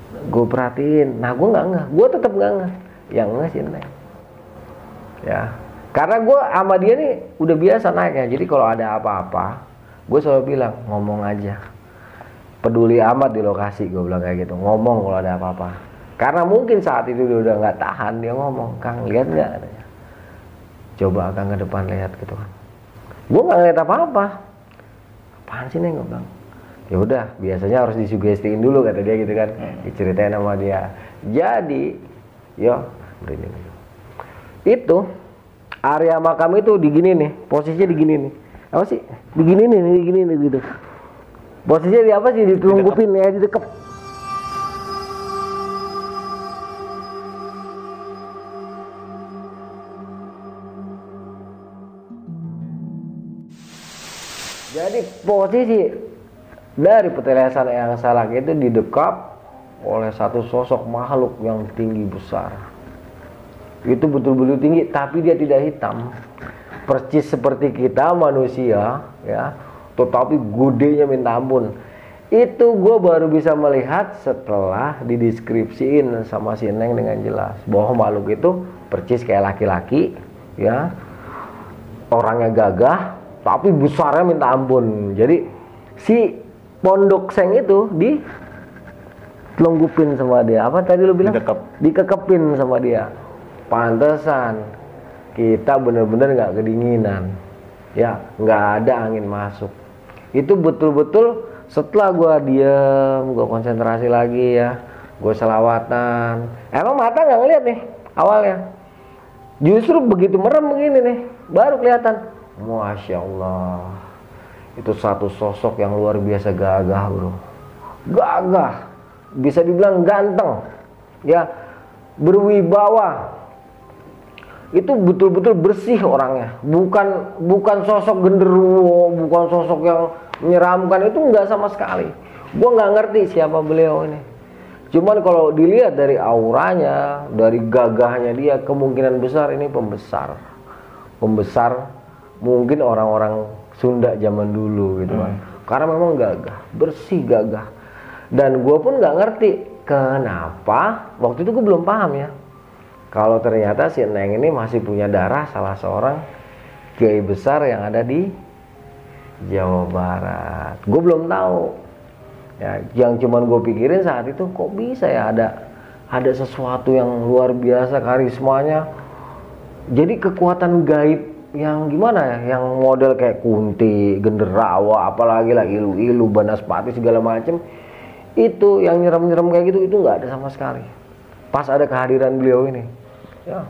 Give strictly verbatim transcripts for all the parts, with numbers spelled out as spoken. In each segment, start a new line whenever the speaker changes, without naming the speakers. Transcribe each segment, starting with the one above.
Gue perhatiin, nah gue nggak ngeh, gue tetap nggak ngeh, yang ngeh si Neng. Ya, karena gue sama dia nih udah biasa naik ya, jadi kalau ada apa-apa, gue selalu bilang ngomong aja, peduli amat di lokasi, gue bilang kayak gitu, ngomong kalau ada apa-apa. Karena mungkin saat itu dia udah nggak tahan, dia ngomong, Kang lihat nggak? Coba Kang ke depan lihat gitu kan. Gue nggak ngeliat apa-apa, apaan sih Neng, gue bilang. Ya udah, biasanya harus disugestiin dulu kata dia gitu kan, diceritain sama dia. Jadi, yo, merinding. Itu area makam itu digini nih, posisinya digini nih. Apa sih? Digini nih, digini nih gitu. Posisinya di apa sih? Ditelunggupin ya, didekep. Jadi posisi dari petelesan yang salak itu didekap oleh satu sosok makhluk yang tinggi besar. Itu betul-betul tinggi, tapi dia tidak hitam, percis seperti kita manusia, ya, tetapi gedenya minta ampun. Itu gue baru bisa melihat setelah dideskripsiin sama si Neng dengan jelas bahwa makhluk itu percis kayak laki-laki, ya, orangnya gagah, tapi besarnya minta ampun. Jadi si Pondok Seng itu di telunggupin sama dia. Apa tadi lu bilang?
Dikekep.
Dikekepin sama dia. Pantesan kita bener-bener nggak kedinginan, ya, nggak ada angin masuk. Itu betul-betul setelah gua diem, gua konsentrasi lagi ya, gua selawatan. Emang mata nggak ngeliat nih awalnya. Justru begitu merem begini nih, baru kelihatan. Masya Allah. Itu satu sosok yang luar biasa gagah, bro. Gagah, bisa dibilang ganteng, ya, berwibawa. Itu betul-betul bersih orangnya, bukan bukan sosok genderuwo, bukan sosok yang menyeramkan, itu nggak sama sekali. Gue nggak ngerti siapa beliau ini. Cuman kalau dilihat dari auranya, dari gagahnya dia, kemungkinan besar ini pembesar, pembesar mungkin orang-orang Sunda zaman dulu gitu kan. Hmm. Karena memang gagah, bersih gagah. Dan gue pun nggak ngerti kenapa, waktu itu gue belum paham ya, kalau ternyata si Neng ini masih punya darah salah seorang kiai besar yang ada di Jawa Barat. Gue belum tahu. Ya, yang cuman gue pikirin saat itu, kok bisa ya ada ada sesuatu yang luar biasa karismanya. Jadi kekuatan gaib yang gimana ya, yang model kayak Kunti, Genderawa, apalagi lah Ilu-Ilu, Banaspati segala macem, itu yang nyerem-nyerem kayak gitu, itu nggak ada sama sekali. Pas ada kehadiran beliau ini, ya,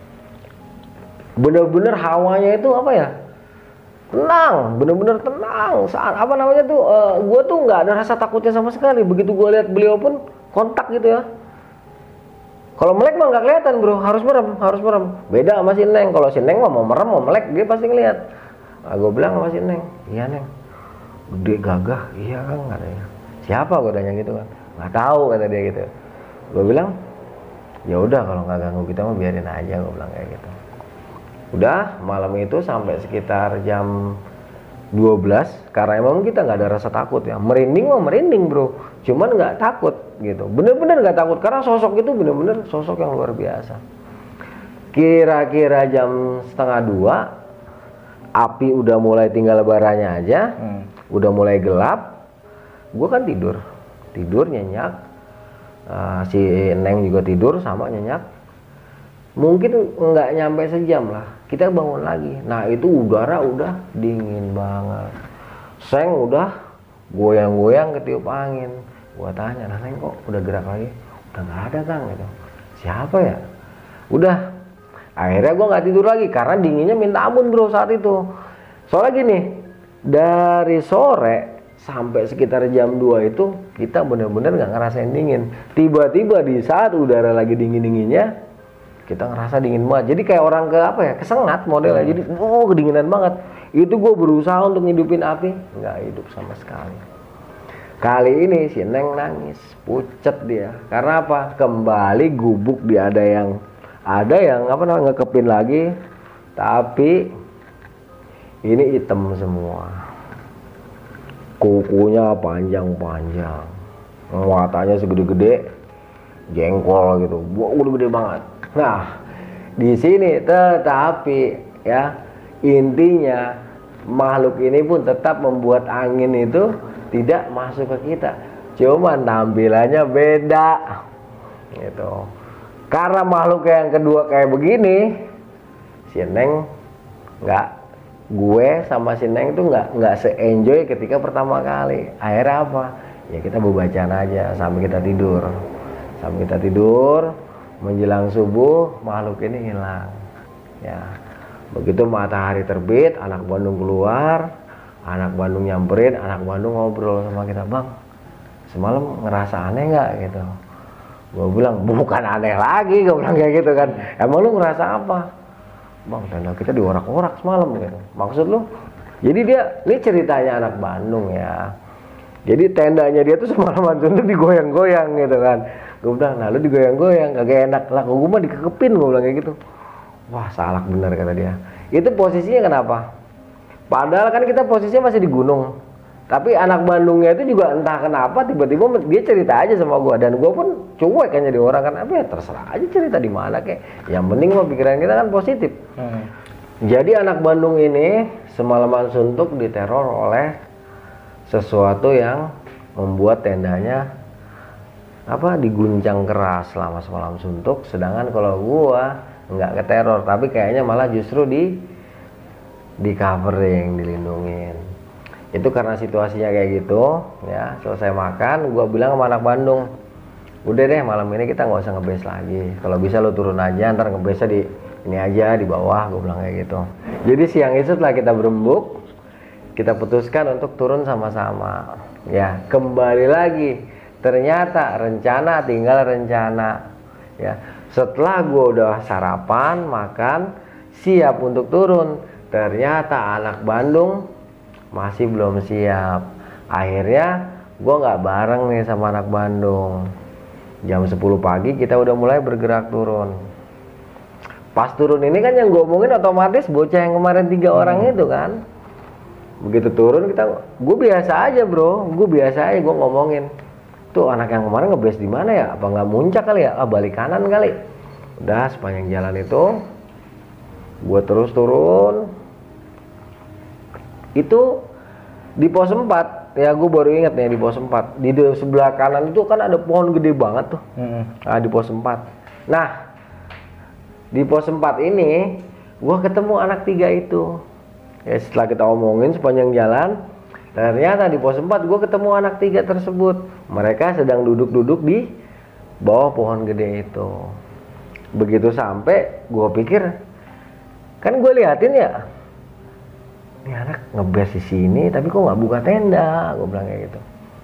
bener-bener hawanya itu apa ya, tenang, bener-bener tenang. Saat apa namanya tuh, uh, gue tuh nggak ada rasa takutnya sama sekali. Begitu gue lihat beliau pun kontak gitu ya. Kalau melek mah nggak kelihatan, bro, harus merem, harus merem. Beda sama si Neng. Kalau si Neng mah mau merem mau melek dia pasti ngeliat. Nah, gue bilang sama si Neng, iya Neng, gede gagah, iya Kang katanya. Siapa gue tanya gitu kan? Nggak tahu kata dia gitu. Gue bilang, ya udah kalau nggak ganggu kita mah biarin aja, gue bilang kayak gitu. Udah malam itu sampai sekitar jam dua belas, karena emang kita nggak ada rasa takut ya. Merinding mah merinding, bro, cuman nggak takut gitu, bener-bener nggak takut karena sosok itu bener-bener sosok yang luar biasa. Kira-kira jam setengah dua, api udah mulai tinggal baranya aja, hmm. udah mulai gelap. Gue kan tidur, tidur nyenyak, uh, si Neng juga tidur sama nyenyak. Mungkin nggak nyampe sejam lah, kita bangun lagi. Nah itu udara udah dingin banget, Seng udah goyang-goyang ketiup angin. Gua tanya, nah Neng kok udah gerak lagi? Udah nggak ada Kang gitu. Siapa ya? Udah, akhirnya gua nggak tidur lagi karena dinginnya minta ampun, bro, saat itu. Soalnya gini, dari sore sampai sekitar jam dua itu kita bener-bener nggak ngerasain dingin. Tiba-tiba di saat udara lagi dingin-dinginnya, kita ngerasa dingin banget. Jadi kayak orang ke apa ya, kesengat modelnya. Jadi oh kedinginan banget. Itu gue berusaha untuk ngidupin api, nggak hidup sama sekali. Kali ini si Neng nangis, pucet dia. Karena apa? Kembali gubuk dia ada yang ada yang apa namanya ngekepin lagi, tapi ini hitam semua. Kukunya panjang-panjang, matanya segede-gede, jengkol gitu, gua udah gede banget. Nah, di sini tetapi ya intinya makhluk ini pun tetap membuat angin itu tidak masuk ke kita, cuman tampilannya beda gitu. Karena makhluk yang kedua kayak begini, si Neng nggak, gue sama si Neng tuh nggak nggak se-enjoy ketika pertama kali. Akhirnya apa? Ya kita bacaan aja sampai kita tidur. Sampai kita tidur, menjelang subuh makhluk ini hilang. Ya, begitu matahari terbit, anak Bandung keluar, anak Bandung nyamperin, anak Bandung ngobrol sama kita, bang, semalam ngerasa aneh nggak gitu? Gue bilang bukan aneh lagi, gue bilang kayak gitu kan. Emang lu ngerasa apa? Bang, tenda kita diorak-orak semalam gitu. Maksud lu? Jadi dia, ini ceritanya anak Bandung ya. Jadi tendanya dia tuh semalaman suntuk digoyang-goyang gitu kan. Gue bilang, nah lu digoyang-goyang, kagak enak lah. Gue mah dikekepin, gue bilang kayak gitu. Wah, salah bener kata dia. Itu posisinya kenapa? Padahal kan kita posisinya masih di gunung. Tapi anak Bandungnya itu juga entah kenapa tiba-tiba dia cerita aja sama gue, dan gue pun cuek kan jadi orang kan, apa ya terserah aja cerita di mana kek. Yang penting mah pikiran kita kan positif. Hmm. Jadi anak Bandung ini semalaman suntuk diteror oleh sesuatu yang membuat tendanya apa diguncang keras selama semalam suntuk. Sedangkan kalau gue nggak keteror, tapi kayaknya malah justru di di covering, dilindungin. Itu karena situasinya kayak gitu ya. Selesai makan, gue bilang sama anak Bandung, udah deh malam ini kita nggak usah ngebase lagi, kalau bisa lo turun aja, ntar ngebase di ini aja di bawah, gue bilang kayak gitu. Jadi siang itu setelah kita berembuk, kita putuskan untuk turun sama-sama ya. Kembali lagi, ternyata rencana tinggal rencana ya. Setelah gue udah sarapan, makan, siap untuk turun, ternyata anak Bandung masih belum siap. Akhirnya gue nggak bareng nih sama anak Bandung. Jam sepuluh pagi kita udah mulai bergerak turun. Pas turun ini kan yang gue omongin otomatis bocah yang kemarin tiga hmm. orang itu kan. Begitu turun kita, gue biasa aja bro, gue biasa aja gue ngomongin. Tuh anak yang kemarin ngebase di mana ya? Apa nggak muncak kali ya? Ah, balik kanan kali. Udah sepanjang jalan itu gue terus turun. Itu di pos empat ya, gue baru inget nih di pos empat, di sebelah kanan itu kan ada pohon gede banget tuh. hmm. Nah, di pos empat. Nah di pos empat ini gue ketemu anak tiga itu ya. Setelah kita omongin sepanjang jalan, ternyata di pos empat gue ketemu anak tiga tersebut. Mereka sedang duduk-duduk di bawah pohon gede itu. Begitu sampai, gue pikir kan gue liatin ya, ini anak ngebes di sini, tapi kok nggak buka tenda? Gue bilang kayak gitu.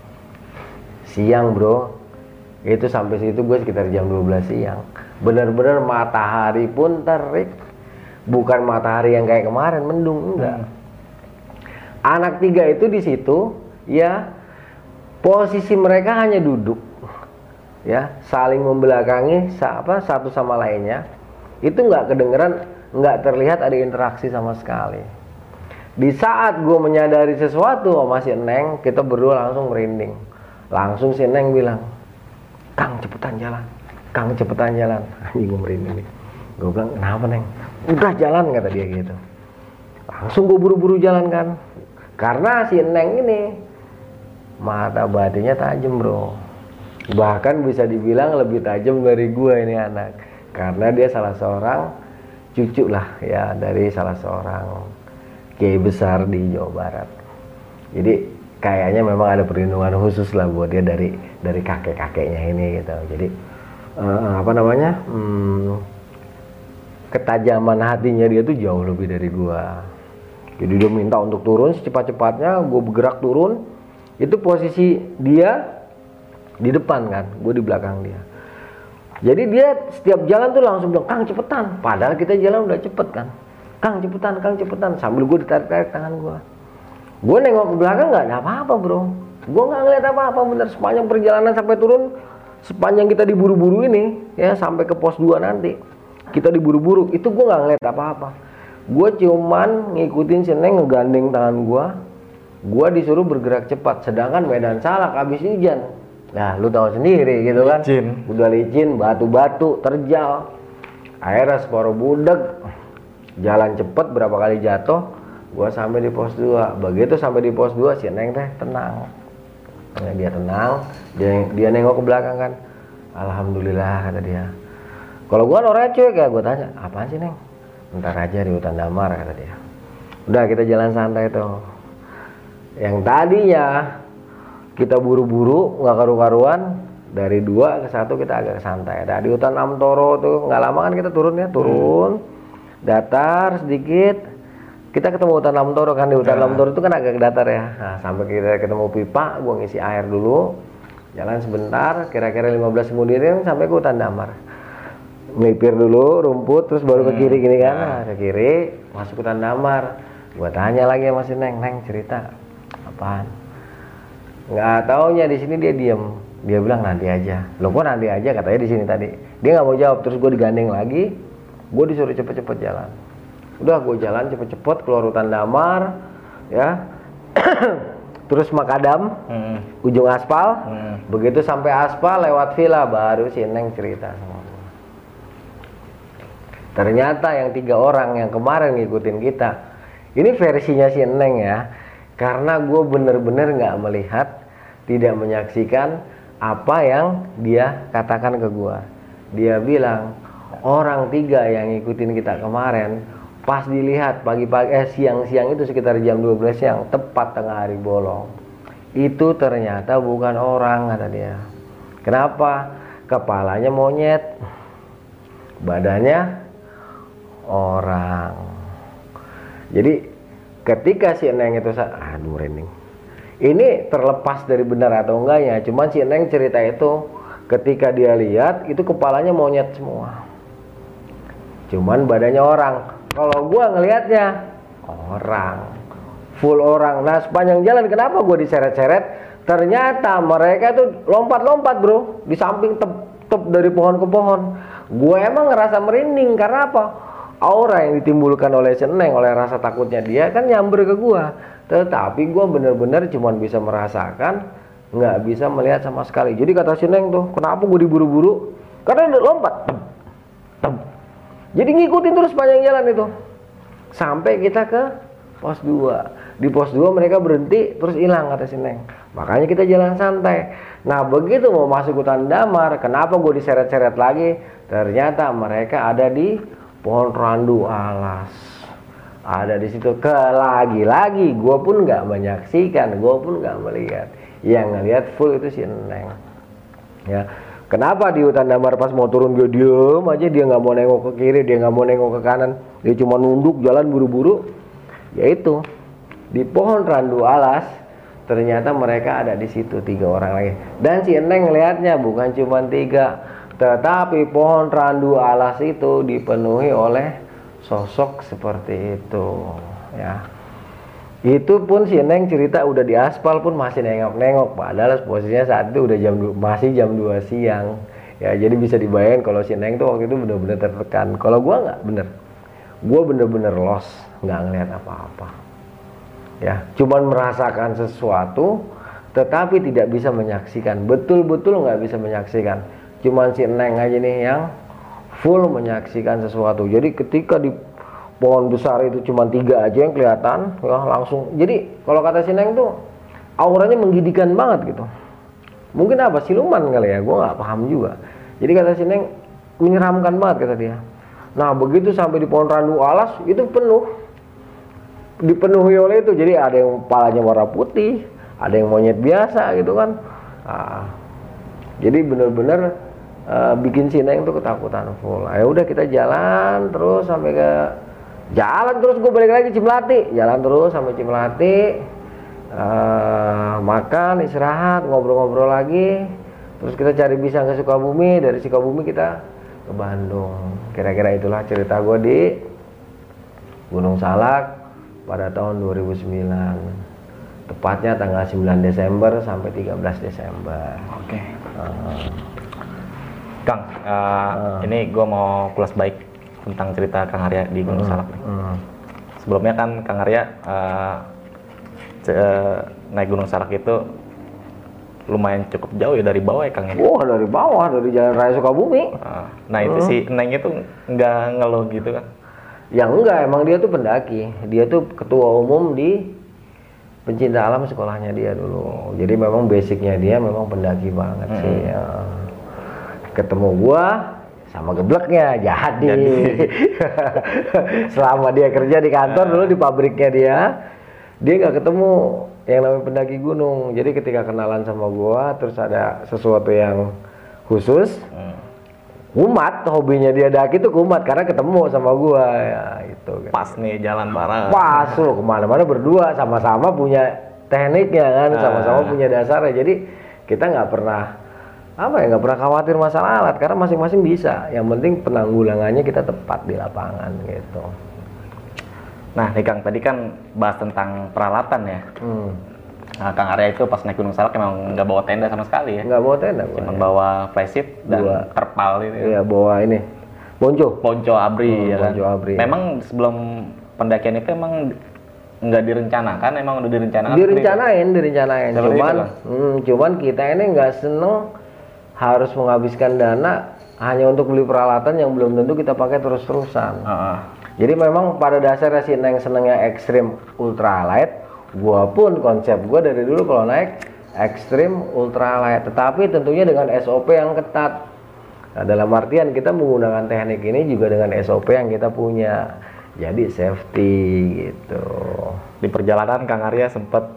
Siang bro, itu sampai situ gue sekitar jam dua belas siang. Bener-bener matahari pun terik, bukan matahari yang kayak kemarin mendung, enggak. Hmm. Anak tiga itu di situ, ya posisi mereka hanya duduk, ya saling membelakangi, apa satu sama lainnya. Itu nggak kedengeran, nggak terlihat ada interaksi sama sekali. Di saat gue menyadari sesuatu sama si Neng, kita berdua langsung merinding. Langsung si Neng bilang, Kang cepetan jalan, Kang cepetan jalan. Anjing gue merinding nih. Gue bilang, kenapa Neng? Udah jalan, kata dia gitu. Langsung gue buru-buru jalan kan. Karena si Neng ini mata batinnya tajam bro. Bahkan bisa dibilang lebih tajam dari gue ini anak. Karena dia salah seorang cucu lah ya dari salah seorang kiai besar di Jawa Barat. Jadi kayaknya memang ada perlindungan khusus lah buat dia dari dari kakek-kakeknya ini gitu. Jadi uh, apa namanya hmm, ketajaman hatinya dia tuh jauh lebih dari gua. Jadi dia minta untuk turun secepat-cepatnya. Gue bergerak turun. Itu posisi dia di depan kan, gue di belakang dia. Jadi dia setiap jalan tuh langsung bilang, Kang cepetan. Padahal kita jalan udah cepet kan. Kang cepetan, Kang cepetan. Sambil gue ditarik-tarik tangan gue. Gue nengok ke belakang nggak ada apa-apa bro. Gue nggak ngeliat apa-apa bener. Sepanjang perjalanan sampai turun, sepanjang kita diburu-buru ini ya sampai ke pos dua nanti, kita diburu-buru. Itu gue nggak ngeliat apa-apa. Gue cuman ngikutin si Neng ngegandeng tangan gue. Gue disuruh bergerak cepat. Sedangkan medan Salak habis hujan. Nah, lu tahu sendiri gitu kan.
Licin.
Udah licin, batu-batu, terjal. Akhirnya separuh budek. Jalan cepet berapa kali jatuh, gua sampai di pos dua. Begitu sampai di pos dua si Neng teh tenang. Nah, dia tenang, dia dia nengok ke belakang kan. Alhamdulillah kata dia. Kalau gua orangnya cuek ya, gua tanya, "Apaan sih, Neng?" "Ntar aja di hutan damar," kata dia. Udah kita jalan santai tuh. Yang tadinya kita buru-buru nggak karu-karuan, dari dua ke satu kita agak santai. Ada di hutan Amtoro tuh nggak lama kan kita turun ya, turun, hmm. datar sedikit, kita ketemu hutan Amtoro kan. Di hutan nah. Amtoro itu kan agak datar ya. Nah, sampai kita ketemu pipa, gua ngisi air dulu, jalan sebentar, kira-kira lima belas kemudian sampai ke hutan damar. Melipir dulu rumput, terus baru ke kiri gini kan, nah, ke kiri masuk hutan damar. Gua tanya lagi sama si Neng, Neng cerita apaan? Nggak taunya di sini dia diem. Dia bilang nanti aja. Loh kok nanti aja katanya di sini tadi. Dia nggak mau jawab. Terus gue digandeng lagi. Gue disuruh cepet-cepet jalan. Udah gue jalan cepet-cepet keluar hutan damar, ya. Terus makadam, hmm. ujung aspal. Hmm. Begitu sampai aspal lewat villa baru si Neng cerita sama gue. Ternyata yang tiga orang yang kemarin ngikutin kita. Ini versinya si Neng ya. Karena gue bener-bener nggak melihat, tidak menyaksikan apa yang dia katakan ke gue. Dia bilang orang tiga yang ngikutin kita kemarin, pas dilihat pagi-pagi eh siang-siang itu sekitar jam dua belas siang, tepat tengah hari bolong, itu ternyata bukan orang kata dia. Kenapa? Kepalanya monyet, badannya orang. Jadi ketika si Neng itu, aduh Rening, ini terlepas dari benar atau enggaknya, cuman si Neng cerita itu ketika dia lihat itu kepalanya monyet semua, cuman badannya orang. Kalau gua ngelihatnya orang, full orang. Nah sepanjang jalan kenapa gua diseret-seret? Ternyata mereka tuh lompat-lompat bro, di samping tep-tep dari pohon ke pohon. Gua emang ngerasa merinding karena apa? Aura yang ditimbulkan oleh si Neng, oleh rasa takutnya dia kan nyamber ke gua. Tetapi gua bener-bener cuman bisa merasakan, nggak bisa melihat sama sekali. Jadi kata si Neng tuh, kenapa gua diburu-buru? Karena dia lompat. Tem, tem. Jadi ngikutin terus panjang jalan itu. Sampai kita ke pos dua. Di pos dua mereka berhenti terus hilang kata si Neng. Makanya kita jalan santai. Nah begitu mau masuk hutan damar, kenapa gua diseret-seret lagi? Ternyata mereka ada di pohon randu alas, ada di situ. Ke lagi-lagi gue pun nggak menyaksikan, gue pun nggak melihat. Yang ngelihat full itu si Neng. Ya, kenapa di hutan damar pas mau turun dia diem aja, dia nggak mau nengok ke kiri, dia nggak mau nengok ke kanan, dia cuma nunduk jalan buru-buru. Yaitu di pohon randu alas, ternyata mereka ada di situ tiga orang lagi. Dan si Neng ngelihatnya bukan cuma tiga. Tetapi pohon randu alas itu dipenuhi oleh sosok seperti itu, ya. Itu pun si Neng cerita udah di aspal pun masih nengok-nengok, padahal posisinya saat itu udah jam masih jam dua siang. Ya, jadi bisa dibayangin kalau si Neng tuh waktu itu bener-bener tertekan. Kalau gua nggak bener, gua bener-bener lost, nggak ngeliat apa-apa. Ya, cuman merasakan sesuatu, tetapi tidak bisa menyaksikan. Betul-betul nggak bisa menyaksikan. Cuman si Neng aja nih yang full menyaksikan sesuatu. Jadi ketika di pohon besar itu cuma tiga aja yang kelihatan, ya langsung. Jadi kalau kata si Neng tuh auranya menggidikan banget gitu. Mungkin apa siluman kali ya, gue nggak paham juga. Jadi kata si Neng menyeramkan banget kata dia. Nah begitu sampai di pohon randu alas itu penuh, dipenuhi oleh itu. Jadi ada yang kepalanya warna putih, ada yang monyet biasa gitu kan. Nah, jadi bener-bener Uh, bikin si Neng tuh ketakutan full. Ayo udah kita jalan terus sampai ke jalan terus gue balik lagi Cimlati, jalan terus sampai Cimlati, uh, makan istirahat ngobrol-ngobrol lagi, terus kita cari bis ke Sukabumi, dari Sukabumi kita ke Bandung. Kira-kira itulah cerita gue di Gunung Salak pada tahun dua ribu sembilan, tepatnya tanggal sembilan Desember sampai tiga belas Desember.
Oke. Okay. Uh, Kang, uh, uh. ini gue mau kelas baik tentang cerita Kang Arya di Gunung uh. Salak. Uh. Sebelumnya kan Kang Arya uh, naik Gunung Salak itu lumayan cukup jauh ya dari bawah ya Kang ya?
Wah, dari bawah, dari Jalan Raya Sukabumi.
Nah, nah itu
Hmm.
si Neng itu nggak ngeluh gitu kan?
Ya enggak, emang dia tuh pendaki. Dia tuh ketua umum di pencinta alam sekolahnya dia dulu. Jadi memang basicnya dia memang pendaki banget
Hmm.
sih. Ya. Ketemu gua sama gebleknya jadi.
Jadi.
Selama dia kerja di kantor dulu di pabriknya dia, dia nggak ketemu yang namanya pendaki gunung. Jadi ketika kenalan sama gua, terus ada sesuatu yang khusus.
Hmm.
Kumat, hobinya dia daki tuh kumat karena ketemu sama gua ya itu kan.
Pas nih jalan bareng.
Pas loh, kemana-mana berdua sama-sama punya tekniknya kan, sama-sama
Ah.
punya dasarnya. Jadi kita nggak pernah apa ya nggak pernah khawatir masalah alat karena masing-masing bisa. Yang penting penanggulangannya kita tepat di lapangan gitu.
Nah nih Kang, tadi kan bahas tentang peralatan ya.
Hmm.
Nah, Kang Arya itu pas naik Gunung Salak emang nggak bawa tenda sama sekali ya.
Nggak bawa tenda gua.
Cuman bawa flysheet dan
Dua.
terpal itu ya.
Iya bawa ini ponco.
Ponco abri
Hmm,
ya kan.
ponco abri.
Memang sebelum pendakian itu emang nggak direncanakan, emang udah direncanakan.
Direncanain, direncanain.
Seperti
Cuman,
itu, Bang?
hmm, cuman kita ini nggak seneng harus menghabiskan dana hanya untuk beli peralatan yang belum tentu kita pakai terus-terusan.
Heeh.
Jadi memang pada dasarnya si Neng senengnya ekstrim ultralight, gua pun konsep gua dari dulu kalau naik ekstrim ultralight, tetapi tentunya dengan S O P yang ketat. Nah, dalam artian kita menggunakan teknik ini juga dengan S O P yang kita punya. Jadi safety gitu.
Di perjalanan Kang Arya sempat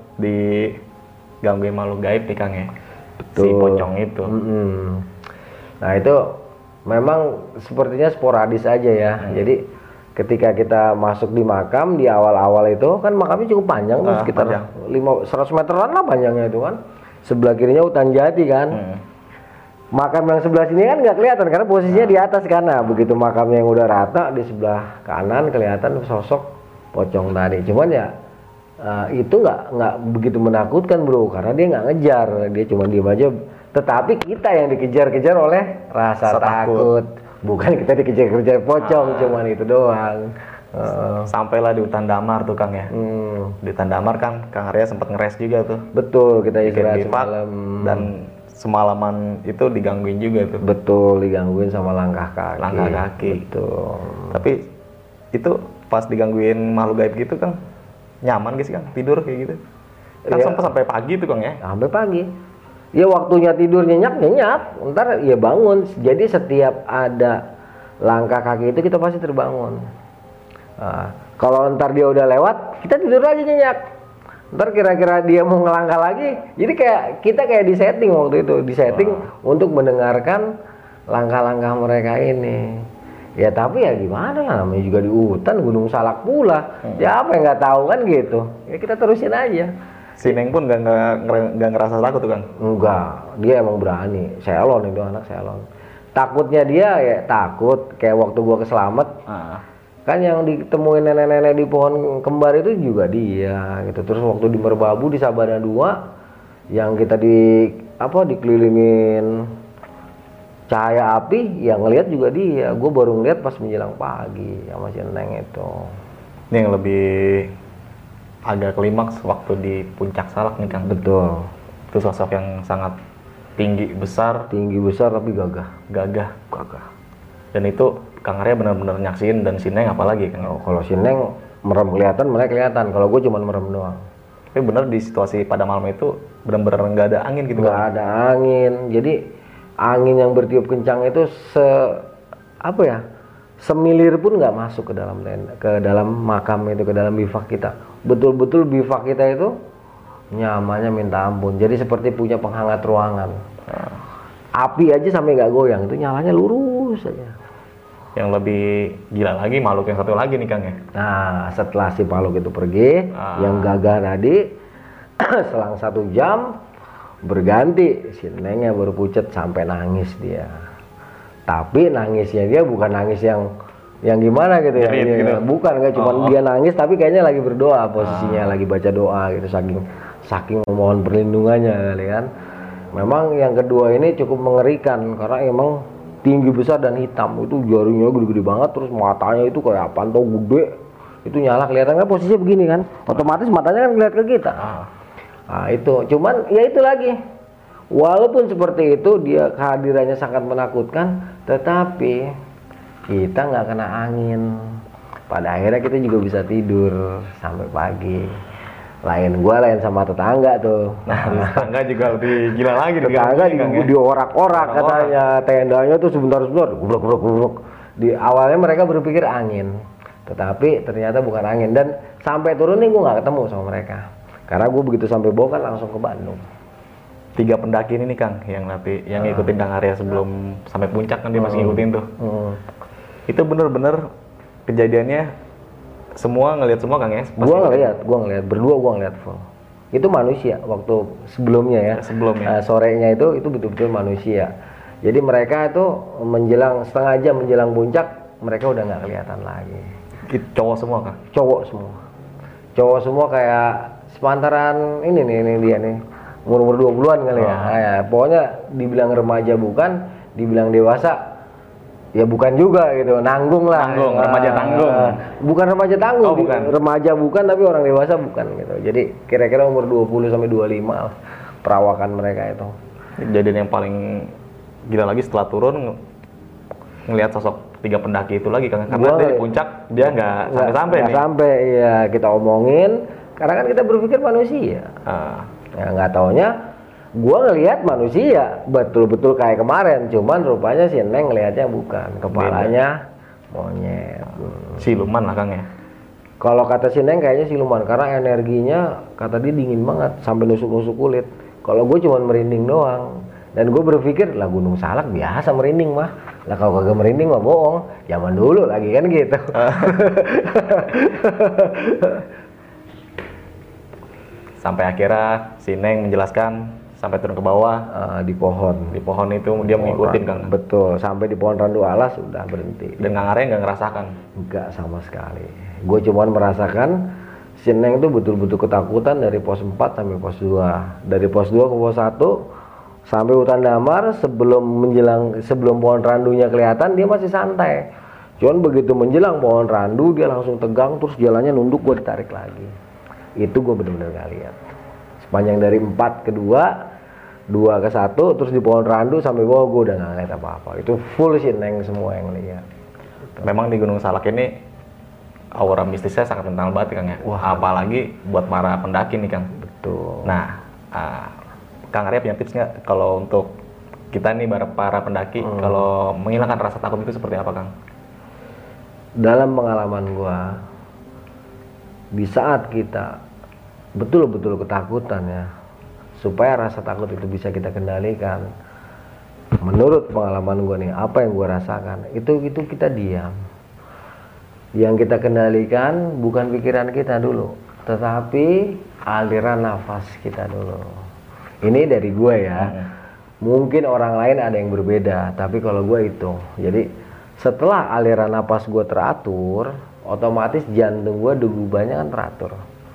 digangguin makhluk gaib nih Kang ya. Si
Betul.
pocong itu.
Mm-mm. Nah itu memang sepertinya sporadis aja ya.
Hmm.
Jadi ketika kita masuk di makam di awal-awal itu kan makamnya cukup panjang tuh
Ah,
sekitar
panjang.
lima seratus meteran lah panjangnya itu kan. Sebelah kirinya hutan jati kan.
Hmm.
Makam yang sebelah sini kan nggak kelihatan karena posisinya di atas kan. Nah, begitu makamnya yang udah rata di sebelah kanan kelihatan sosok pocong tadi. Cuman ya uh, itu nggak nggak begitu menakutkan bro karena dia nggak ngejar, dia cuma diem aja. Tetapi kita yang dikejar-kejar oleh rasa
Rasa
takut.
takut.
Bukan kita dikejar-kejar pocong,
Ah.
cuman itu doang. Uh,
Sampailah di hutan Damar tuh Kang ya.
hmm,
Di hutan Damar kan Kang Arya sempat ngeres juga tuh.
betul kita
Bikin
istirahat
bivak,
semalam.
dan semalaman itu digangguin juga tuh.
Betul digangguin sama langkah kaki.
Langkah kaki.
Betul.
Tapi itu pas digangguin makhluk gaib gitu Kang, nyaman gak sih Kang tidur kayak gitu? Kan
Iya.
sampai sampai pagi tuh Kang ya.
Sampai pagi. Ya waktunya tidur nyenyak nyenyak, ntar ya bangun. Jadi setiap ada langkah kaki itu kita pasti terbangun. Nah, kalau ntar dia udah lewat, kita tidur lagi nyenyak. Ntar kira-kira dia mau ngelangkah lagi, jadi kayak kita kayak di setting waktu itu, di setting untuk mendengarkan langkah-langkah mereka ini. Ya tapi ya gimana lah, namanya juga di hutan Gunung Salak pula.
Hmm.
Ya apa yang nggak tahu kan gitu. Ya kita terusin aja.
Si Neng pun nggak nggak ngere- nggak ngerasa takut tuh Kang.
Enggak, dia emang berani. Selon itu anak selon. Takutnya dia ya takut kayak waktu gua keselamet.
Ah.
Kan yang ditemuin nenek-nenek di pohon kembar itu juga dia gitu. Terus waktu di Merbabu di Sabana dua yang kita di apa dikelilingin cahaya api, yang ngelihat juga dia. Gue baru ngeliat pas menjelang pagi sama si Neng itu.
Ini yang lebih agak klimaks waktu di Puncak Salak nih Kang.
Betul.
Itu sosok yang sangat tinggi, besar,
Tinggi besar tapi gagah.
gagah.
Gagah.
Dan itu Kang Arya benar-benar nyaksin, dan si Neng apalagi Kang.
Oh, kalau si Neng merem kelihatan, mereka kelihatan. Kalau gue cuma merem doang.
Tapi benar di situasi pada malam itu benar-benar nggak ada angin gitu
Nggak
Kang.
ada angin. Jadi angin yang bertiup kencang itu se apa ya? Semilir pun nggak masuk ke dalam tenda, ke dalam makam itu, ke dalam bivak kita. Betul-betul bivak kita itu nyamannya minta ampun. Jadi seperti punya penghangat ruangan. Api aja sampai nggak goyang, itu nyalanya lurus aja.
Yang lebih gila lagi makhluk yang satu lagi nih Kang ya.
Nah, setelah si Paluk itu pergi,
Ah.
yang gagah tadi, selang satu jam berganti, si Nengnya baru pucet sampai nangis dia. Tapi nangisnya dia bukan nangis yang yang gimana gitu ya,
Jerit
dia-
gitu.
bukan nggak cuma
Oh.
dia nangis, tapi kayaknya lagi berdoa posisinya, lagi baca doa gitu, saking saking memohon perlindungannya kali kan. Memang yang kedua ini cukup mengerikan karena emang tinggi besar dan hitam, itu jarinya gede-gede banget, terus matanya itu kayak apa tau gede, itu nyala kelihatan kan posisinya begini kan, otomatis matanya kan ngeliat ke kita.
Ah.
Nah itu, cuman ya itu lagi Walaupun seperti itu dia kehadirannya sangat menakutkan, tetapi kita nggak kena angin. Pada akhirnya kita juga bisa tidur sampai pagi. Lain gua lain sama tetangga tuh.
Nah, tetangga juga lebih gila lagi.
Tetangga di,
ya?
diorak-orak katanya, tendanya tuh sebentar-sebentar, gubruk-gubruk. Di awalnya mereka berpikir angin, tetapi ternyata bukan angin. Dan sampai turun nih gua nggak ketemu sama mereka, karena gua begitu sampai bawah kan langsung ke Bandung.
Tiga pendaki ini nih Kang, yang nanti yang
Ah.
ngikutin Kang Arya sebelum sampai puncak kan dia masih ngikutin tuh.
Hmm.
Itu bener-bener kejadiannya semua ngelihat semua Kang ya? Pas
Gua
ngikutin.
ngeliat, gua ngeliat berdua gua ngeliat full. Itu manusia waktu sebelumnya ya.
Sebelumnya.
Uh, sorenya itu itu betul-betul manusia. Jadi mereka itu menjelang setengah jam menjelang puncak mereka udah nggak kelihatan lagi.
Itu cowok semua Kang?
Cowok semua. Cowok semua kayak sepantaran ini nih ini dia nih. Umur-umur dua puluhan kali ya.
Oh.
Nah, ya. Pokoknya dibilang remaja bukan, dibilang dewasa ya bukan juga gitu. Nanggung lah.
Tanggung,
Ah,
remaja tanggung.
Bukan remaja tanggung,
Oh, bukan.
remaja bukan tapi orang dewasa bukan gitu. Jadi kira-kira umur dua puluh sampai dua puluh lima lah perawakan mereka itu.
Kejadian yang paling gila lagi setelah turun ng- ngelihat sosok tiga pendaki itu lagi Kang. Karena
Gua
dari
ngeliat-
puncak dia nggak sampai-sampai
Nggak
nih.
sampai, iya kita omongin. Karena kan kita berpikir manusia.
Ah.
Ya nggak taunya gua ngelihat manusia betul-betul kayak kemarin, cuman rupanya si Neng ngelihatnya bukan, kepalanya monyet. Hmm.
Siluman lah Kang ya.
Kalau kata si Neng kayaknya siluman karena energinya kata dia dingin banget sampai nusuk-nusuk kulit. Kalau gue cuman merinding doang. Dan gue berpikir lah Gunung Salak biasa merinding mah. Lah kalau kagak merinding mah bohong. Zaman dulu lagi kan gitu.
Sampai akhirnya si Neng menjelaskan sampai turun ke bawah
Eh, di pohon.
di pohon itu dia mengikutin Kang.
Betul, sampai di pohon randu alas sudah berhenti.
Dan Kang Arya nggak ngerasakan.
Enggak sama sekali. Gue cuman merasakan si Neng tuh betul-betul ketakutan dari pos empat sampai pos dua. Dari pos dua ke pos satu sampai hutan damar sebelum menjelang sebelum pohon randunya kelihatan dia masih santai. Cuman begitu menjelang pohon randu dia langsung tegang terus jalannya nunduk, gue ditarik lagi. Itu gue bener-bener gak lihat. Sepanjang dari empat ke dua, dua ke satu, terus di pohon randu sampai bawah gue udah gak lihat apa-apa. Itu full si Neng semua yang lihat.
Memang di Gunung Salak ini aura mistisnya sangat kental banget Kang ya.
Wah.
Apalagi buat para pendaki nih Kang.
Betul.
Nah, uh, Kang Arya punya tips nggak kalau untuk kita nih para, para pendaki
Hmm.
kalau menghilangkan rasa takut itu seperti apa Kang?
Dalam pengalaman gua, di saat kita betul-betul ketakutan ya, supaya rasa takut itu bisa kita kendalikan, menurut pengalaman gua nih, apa yang gua rasakan itu itu kita diam. Yang kita kendalikan bukan pikiran kita dulu, tetapi aliran nafas kita dulu. Ini dari gua ya.
Hmm.
Mungkin orang lain ada yang berbeda, tapi kalau gua itu, jadi setelah aliran napas gue teratur, otomatis jantung gue degubannya kan teratur.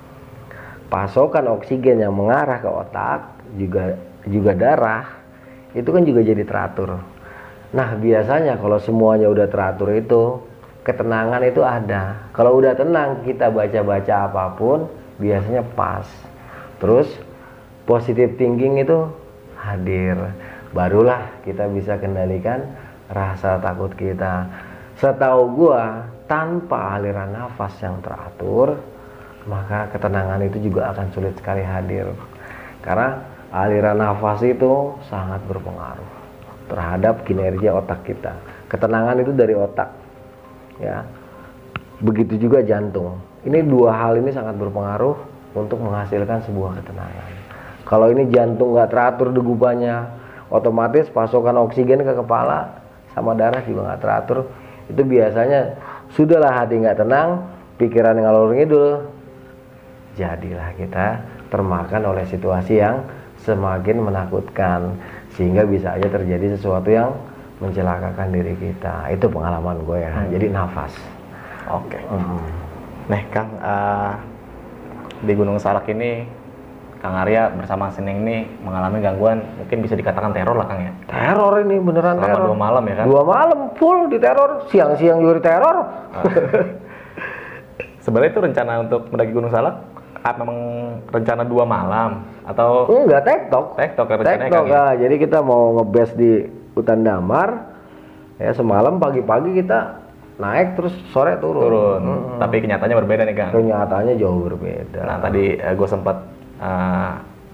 Pasokan oksigen yang mengarah ke otak juga juga darah itu kan juga jadi teratur. Nah biasanya kalau semuanya udah teratur itu ketenangan itu ada. Kalau udah tenang kita baca-baca apapun biasanya pas. Terus positive thinking itu hadir. Barulah kita bisa kendalikan rasa takut kita. Setahu gua tanpa aliran nafas yang teratur maka ketenangan itu juga akan sulit sekali hadir karena aliran nafas itu sangat berpengaruh terhadap kinerja otak kita. Ketenangan itu dari otak ya, begitu juga jantung. Ini dua hal ini sangat berpengaruh untuk menghasilkan sebuah ketenangan. Kalau ini jantung nggak teratur degubannya, otomatis pasokan oksigen ke kepala sama darah juga nggak teratur. Itu biasanya sudahlah hati nggak tenang, pikiran ngalor ngidul, jadilah kita termakan oleh situasi yang semakin menakutkan sehingga bisa aja terjadi sesuatu yang mencelakakan diri kita. Itu pengalaman gue ya. Hmm. Jadi nafas.
Oke.
Hmm.
Nah Kang, uh, di Gunung Salak ini Kang Arya bersama Sineng ini mengalami gangguan, mungkin bisa dikatakan teror lah Kang ya?
Teror ini beneran
Selama
teror.
dua malam ya kan?
Dua malam full di teror, siang-siang juga di teror.
Sebenarnya itu rencana untuk mendaki Gunung Salak apa memang rencana dua malam atau
enggak, tektok.
tektok kan rencananya
Tektok
Kang ya?
ah, jadi kita mau ngebase di hutan damar. Ya semalam pagi-pagi kita naik terus sore turun.
Turun.
Hmm.
Tapi kenyataannya berbeda nih Kang.
Kenyataannya jauh berbeda.
Nah tadi uh, gue sempat uh,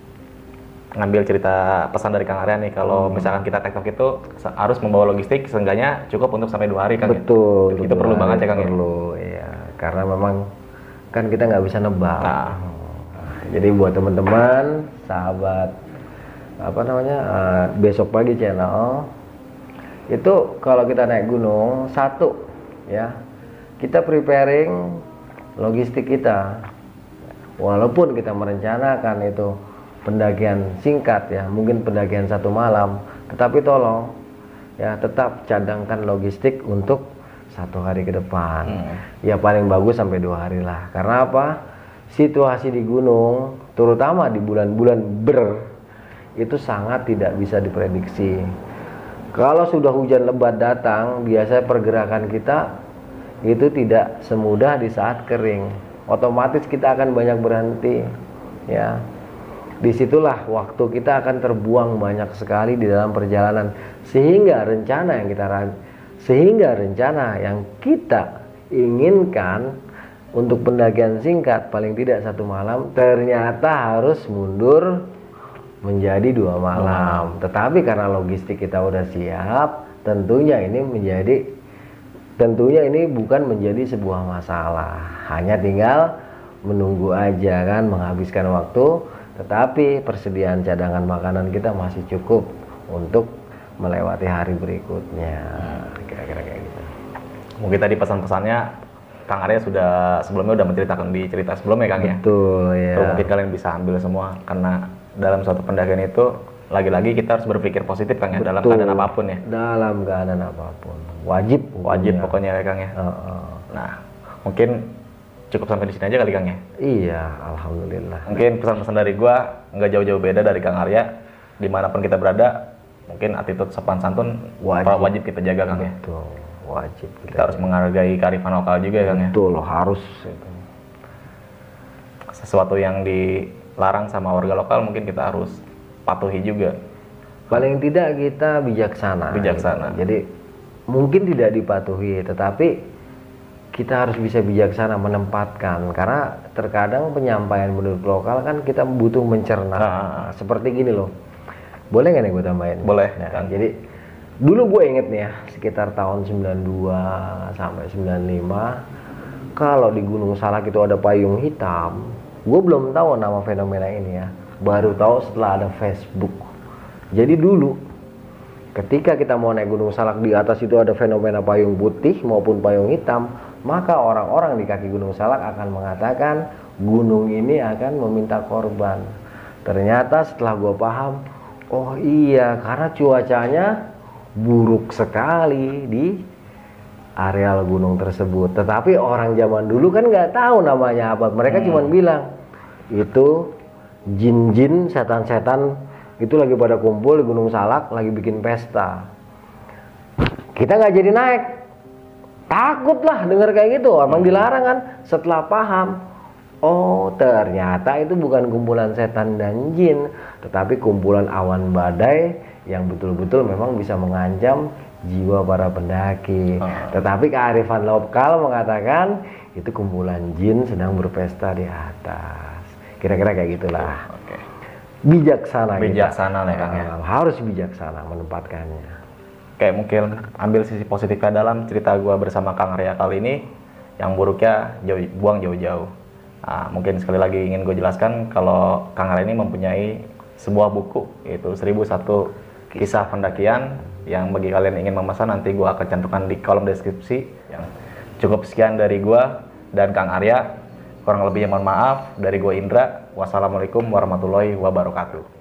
ngambil cerita pesan dari Kang Arya nih kalau hmm. misalkan kita tektok itu harus membawa logistik seenggaknya cukup untuk sampai dua hari Kang.
Betul.
Ya? Itu perlu banget ya Kang.
Perlu, ya. Karena memang kan kita nggak bisa nebak.
Nah.
Nah, jadi buat teman-teman, sahabat apa namanya uh, besok pagi channel itu kalau kita naik gunung satu ya kita preparing logistik kita. Walaupun kita merencanakan itu pendakian singkat ya, mungkin pendakian satu malam, tetapi tolong ya tetap cadangkan logistik untuk satu hari ke depan. Hmm. Ya paling bagus sampai dua hari lah. Karena apa? Situasi di gunung, terutama di bulan-bulan ber, itu sangat tidak bisa diprediksi. Kalau sudah hujan lebat datang, biasanya pergerakan kita itu tidak semudah di saat kering. Otomatis kita akan banyak berhenti, ya. Disitulah waktu kita akan terbuang banyak sekali di dalam perjalanan, sehingga rencana yang kita sehingga rencana yang kita inginkan untuk pendakian singkat paling tidak satu malam ternyata harus mundur menjadi dua malam. Tetapi karena logistik kita udah siap, tentunya ini menjadi tentunya ini bukan menjadi sebuah masalah. Hanya tinggal menunggu aja kan, menghabiskan waktu. Tetapi persediaan cadangan makanan kita masih cukup untuk melewati hari berikutnya. Kira-kira kayak gitu.
Mungkin tadi pesan-pesannya Kang Arya sudah sebelumnya udah menceritakan di cerita sebelumnya Kang ya.
Betul ya.
Tuh, mungkin kalian bisa ambil semua karena dalam suatu pendakian itu lagi-lagi kita harus berpikir positif Kang ya. Betul. Dalam keadaan apapun ya.
Dalam keadaan apapun. Wajib.
Wajib
ya.
pokoknya ya Kang ya.
Uh, uh.
Nah mungkin cukup sampai di sini aja kali Kang ya.
Iya, alhamdulillah.
Mungkin pesan-pesan dari gua nggak jauh-jauh beda dari Kang Arya. Dimanapun kita berada, mungkin attitude sopan santun wajib, wajib kita jaga Kang ya.
Betul, wajib. Kita,
kita harus menghargai kearifan lokal juga ya Kang ya.
Betul, harus. Itu.
Sesuatu yang dilarang sama warga lokal mungkin kita harus patuhi juga.
Paling tidak kita bijaksana.
Bijaksana.
Gitu. Jadi mungkin tidak dipatuhi, tetapi kita harus bisa bijaksana menempatkan, karena terkadang penyampaian penduduk lokal kan kita butuh mencerna. Nah, seperti gini loh, boleh nggak nih gue tambahin?
Boleh.
Nah, kan. Jadi dulu gue inget nih ya, sekitar tahun sembilan puluh dua sampai sembilan puluh lima, kalau di Gunung Salak itu ada payung hitam. Gue belum tahu nama fenomena ini ya, baru tahu setelah ada Facebook. Jadi dulu ketika kita mau naik Gunung Salak, di atas itu ada fenomena payung putih maupun payung hitam, maka orang-orang di kaki Gunung Salak akan mengatakan gunung ini akan meminta korban. Ternyata setelah gue paham, oh iya, karena cuacanya buruk sekali di areal gunung tersebut. Tetapi orang zaman dulu kan nggak tahu namanya apa. Mereka hmm. cuma bilang itu jin-jin, setan-setan itu lagi pada kumpul di Gunung Salak, lagi bikin pesta. Kita nggak jadi naik. Takut lah denger kayak gitu, emang dilarang kan. Setelah paham, oh ternyata itu bukan kumpulan setan dan jin, tetapi kumpulan awan badai yang betul-betul memang bisa mengancam jiwa para pendaki. Hmm. Tetapi kearifan lokal mengatakan itu kumpulan jin sedang berpesta di atas. Kira-kira kayak gitulah.
Oke.
Bijaksana.
Bijaksana lah Kang ya.
Harus bijaksana menempatkannya.
Kayak mungkin ambil sisi positifnya dalam cerita gua bersama Kang Arya kali ini, yang buruknya jauh, buang jauh-jauh. Nah, mungkin sekali lagi ingin gue jelaskan kalau Kang Arya ini mempunyai sebuah buku, yaitu seribu satu kisah pendakian, yang bagi kalian yang ingin memesan nanti gua akan cantumkan di kolom deskripsi. Yang cukup sekian dari gua dan Kang Arya, kurang lebihnya mohon maaf. Dari gua Indra, wassalamualaikum warahmatullahi wabarakatuh.